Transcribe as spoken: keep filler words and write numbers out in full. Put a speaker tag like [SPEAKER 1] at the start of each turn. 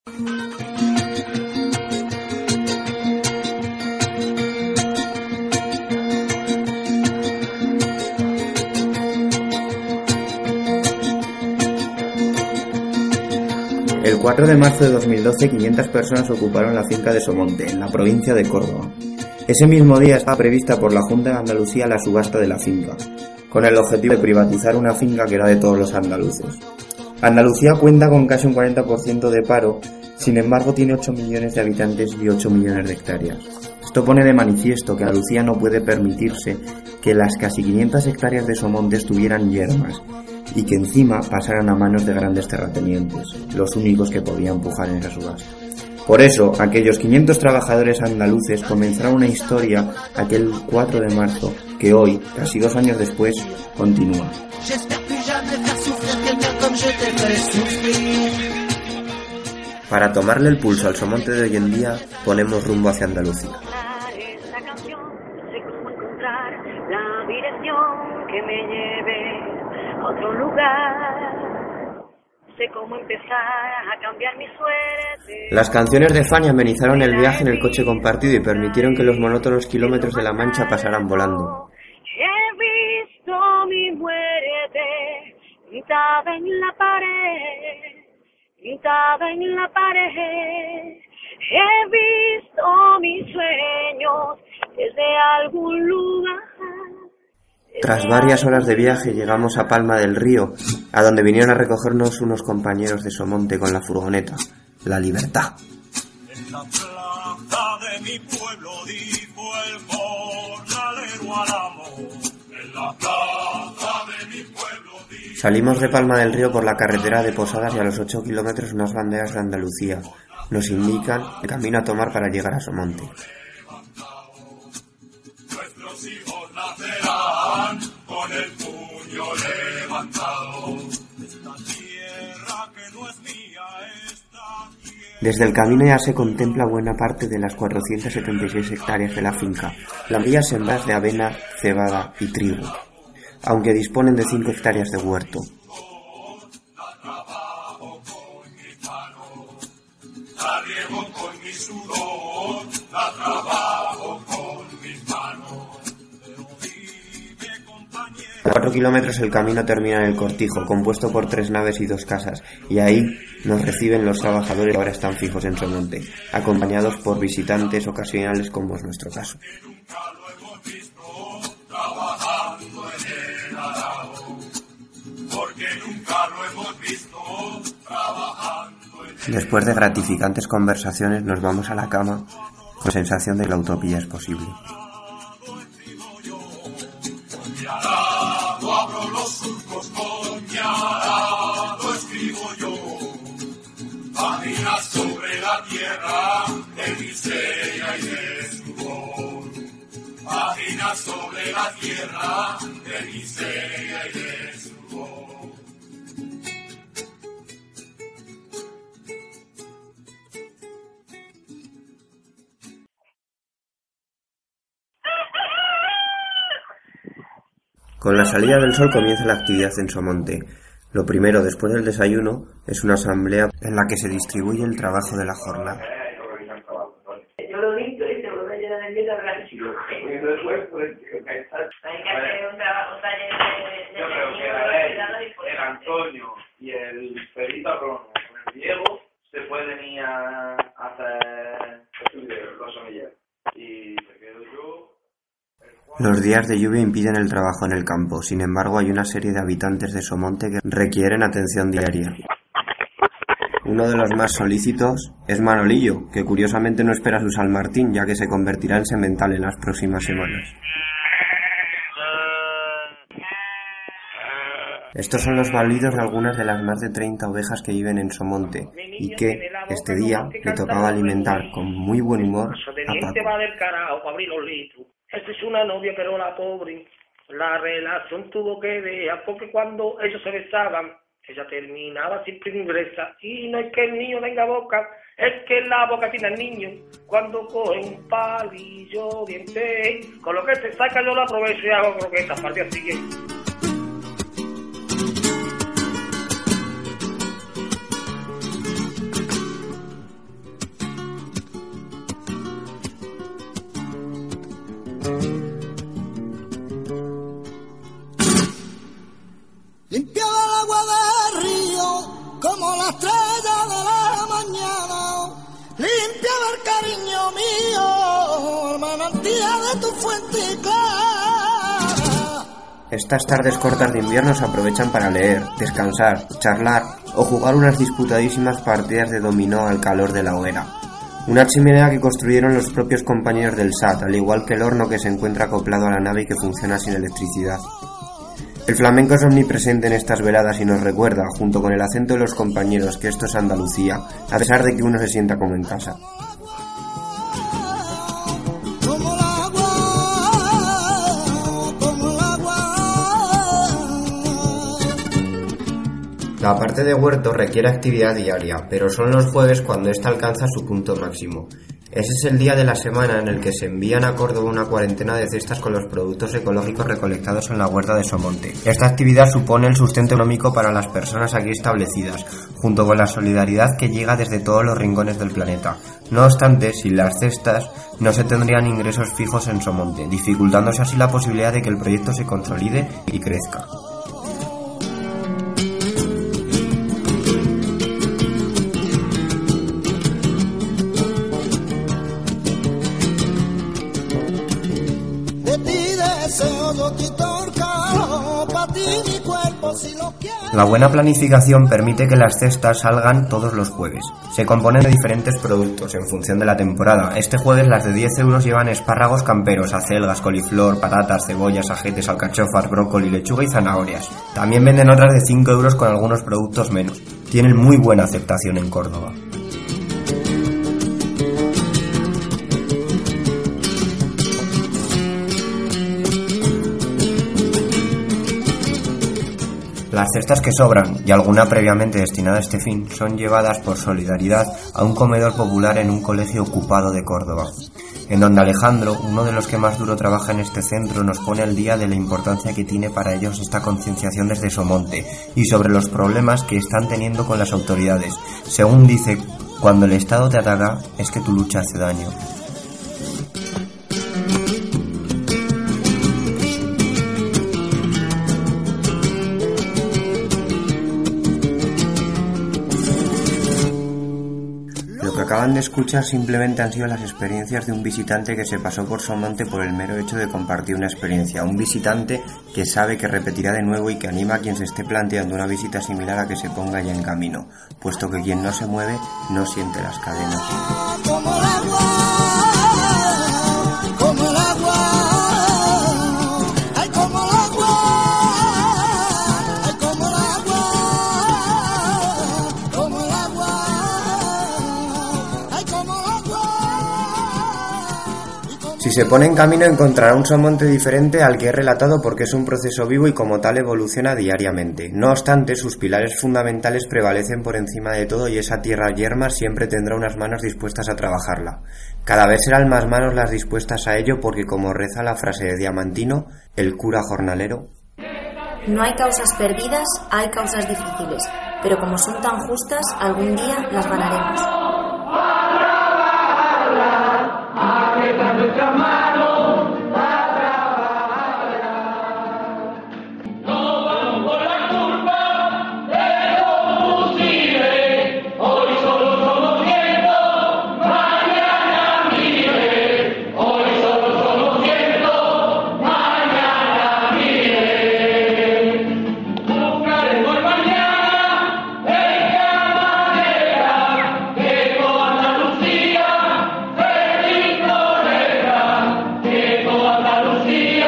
[SPEAKER 1] El cuatro de marzo de dos mil doce, quinientas personas ocuparon la finca de Somonte, en la provincia de Córdoba. Ese mismo día estaba prevista por la Junta de Andalucía la subasta de la finca, con el objetivo de privatizar una finca que era de todos los andaluces. Andalucía cuenta con casi un cuarenta por ciento de paro, sin embargo tiene ocho millones de habitantes y ocho millones de hectáreas. Esto pone de manifiesto que Andalucía no puede permitirse que las casi quinientas hectáreas de Somonte estuvieran yermas y que encima pasaran a manos de grandes terratenientes, los únicos que podían pujar en esa subasta. Por eso, aquellos quinientos trabajadores andaluces comenzaron una historia aquel cuatro de marzo que hoy, casi dos años después, continúa. Para tomarle el pulso al Somonte de hoy en día, ponemos rumbo hacia Andalucía.
[SPEAKER 2] Otro lugar, sé cómo empezar a cambiar mi suerte.
[SPEAKER 1] Las canciones de Fania amenizaron el viaje en el coche compartido y permitieron que los monótonos kilómetros de la Mancha pasaran volando.
[SPEAKER 2] He visto mi muerte pintada en la pared, pintada en la pared. He visto mis sueños desde algún lugar.
[SPEAKER 1] Tras varias horas de viaje llegamos a Palma del Río, a donde vinieron a recogernos unos compañeros de Somonte con la furgoneta, La Libertad. En la plaza de mi pueblo dijo el jornalero al amo. En la plaza de mi pueblo dijo... Salimos de Palma del Río por la carretera de Posadas y a los ocho kilómetros unas banderas de Andalucía nos indican el camino a tomar para llegar a Somonte. Con el puño levantado. Esta tierra que no es mía, esta tierra... Desde el camino ya se contempla buena parte de las cuatrocientas setenta y seis hectáreas de la finca, la mayoría sembradas de avena, cebada y trigo, aunque disponen de cinco hectáreas de huerto. La riego con mi sudor, la trabajo con mis manos. A cuatro kilómetros el camino termina en el Cortijo, compuesto por tres naves y dos casas, y ahí nos reciben los trabajadores que ahora están fijos en Somonte, acompañados por visitantes ocasionales como es nuestro caso. Después de gratificantes conversaciones nos vamos a la cama con la sensación de que la utopía es posible. Abro los surcos con mi arado, escribo yo páginas sobre la tierra de miseria y de sudor, páginas sobre la tierra de miseria y de sudor. Con la salida del sol comienza la actividad en Somonte. Lo primero, después del desayuno, es una asamblea en la que se distribuye el trabajo de la jornada.
[SPEAKER 3] Yo lo he visto y te lo voy a llenar de mierda gracioso. Hay que hacer un trabajo, un taller de...
[SPEAKER 4] Yo creo que a ver, el Antonio y el Felito Rono con el Diego se pueden ir a hacer los semilleros. Y se quedo yo...
[SPEAKER 1] Los días de lluvia impiden el trabajo en el campo, sin embargo hay una serie de habitantes de Somonte que requieren atención diaria. Uno de los más solícitos es Manolillo, que curiosamente no espera su San Martín, ya que se convertirá en semental en las próximas semanas. Estos son los balidos de algunas de las más de treinta ovejas que viven en Somonte y que, este día, le tocaba alimentar con muy buen humor a Paco.
[SPEAKER 5] Esta es una novia, pero la pobre, la relación tuvo que dejar, porque cuando ellos se besaban, ella terminaba siempre ingresa. Y no es que el niño tenga boca, es que la boca tiene el niño. Cuando coge un palillo diente, con lo que se saca yo lo aprovecho y hago croquetas para el día siguiente.
[SPEAKER 1] Estas tardes cortas de invierno se aprovechan para leer, descansar, charlar o jugar unas disputadísimas partidas de dominó al calor de la hoguera. Una chimenea que construyeron los propios compañeros del S A T, al igual que el horno que se encuentra acoplado a la nave y que funciona sin electricidad. El flamenco es omnipresente en estas veladas y nos recuerda, junto con el acento de los compañeros, que esto es Andalucía, a pesar de que uno se sienta como en casa. La parte de huerto requiere actividad diaria, pero son los jueves cuando ésta alcanza su punto máximo. Ese es el día de la semana en el que se envían a Córdoba una cuarentena de cestas con los productos ecológicos recolectados en la huerta de Somonte. Esta actividad supone el sustento económico para las personas aquí establecidas, junto con la solidaridad que llega desde todos los rincones del planeta. No obstante, sin las cestas no se tendrían ingresos fijos en Somonte, dificultándose así la posibilidad de que el proyecto se consolide y crezca. La buena planificación permite que las cestas salgan todos los jueves. Se componen de diferentes productos en función de la temporada. Este jueves las de diez euros llevan espárragos camperos, acelgas, coliflor, patatas, cebollas, ajetes, alcachofas, brócoli, lechuga y zanahorias. También venden otras de cinco euros con algunos productos menos. Tienen muy buena aceptación en Córdoba. Las cestas que sobran, y alguna previamente destinada a este fin, son llevadas por solidaridad a un comedor popular en un colegio ocupado de Córdoba, en donde Alejandro, uno de los que más duro trabaja en este centro, nos pone al día de la importancia que tiene para ellos esta concienciación desde Somonte y sobre los problemas que están teniendo con las autoridades. Según dice, cuando el Estado te ataca es que tu lucha hace daño. Acaban de escuchar simplemente han sido las experiencias de un visitante que se pasó por Somonte por el mero hecho de compartir una experiencia. Un visitante que sabe que repetirá de nuevo y que anima a quien se esté planteando una visita similar a que se ponga ya en camino, puesto que quien no se mueve no siente las cadenas. Como el agua, como el agua, ay, como el agua, ay, como el agua, como el agua. Si se pone en camino encontrará un Somonte diferente al que he relatado porque es un proceso vivo y como tal evoluciona diariamente. No obstante, sus pilares fundamentales prevalecen por encima de todo y esa tierra yerma siempre tendrá unas manos dispuestas a trabajarla. Cada vez serán más manos las dispuestas a ello porque, como reza la frase de Diamantino, el cura jornalero:
[SPEAKER 6] no hay causas perdidas, hay causas difíciles, pero como son tan justas, algún día las ganaremos. Nuestra mano a trabajar. No vamos por la curva de combustible. Hoy solo somos ciento, mañana miles. Hoy solo somos ciento, mañana miles. Buscaremos mañana en cada manera que con Andalucía feliz. Andalucía.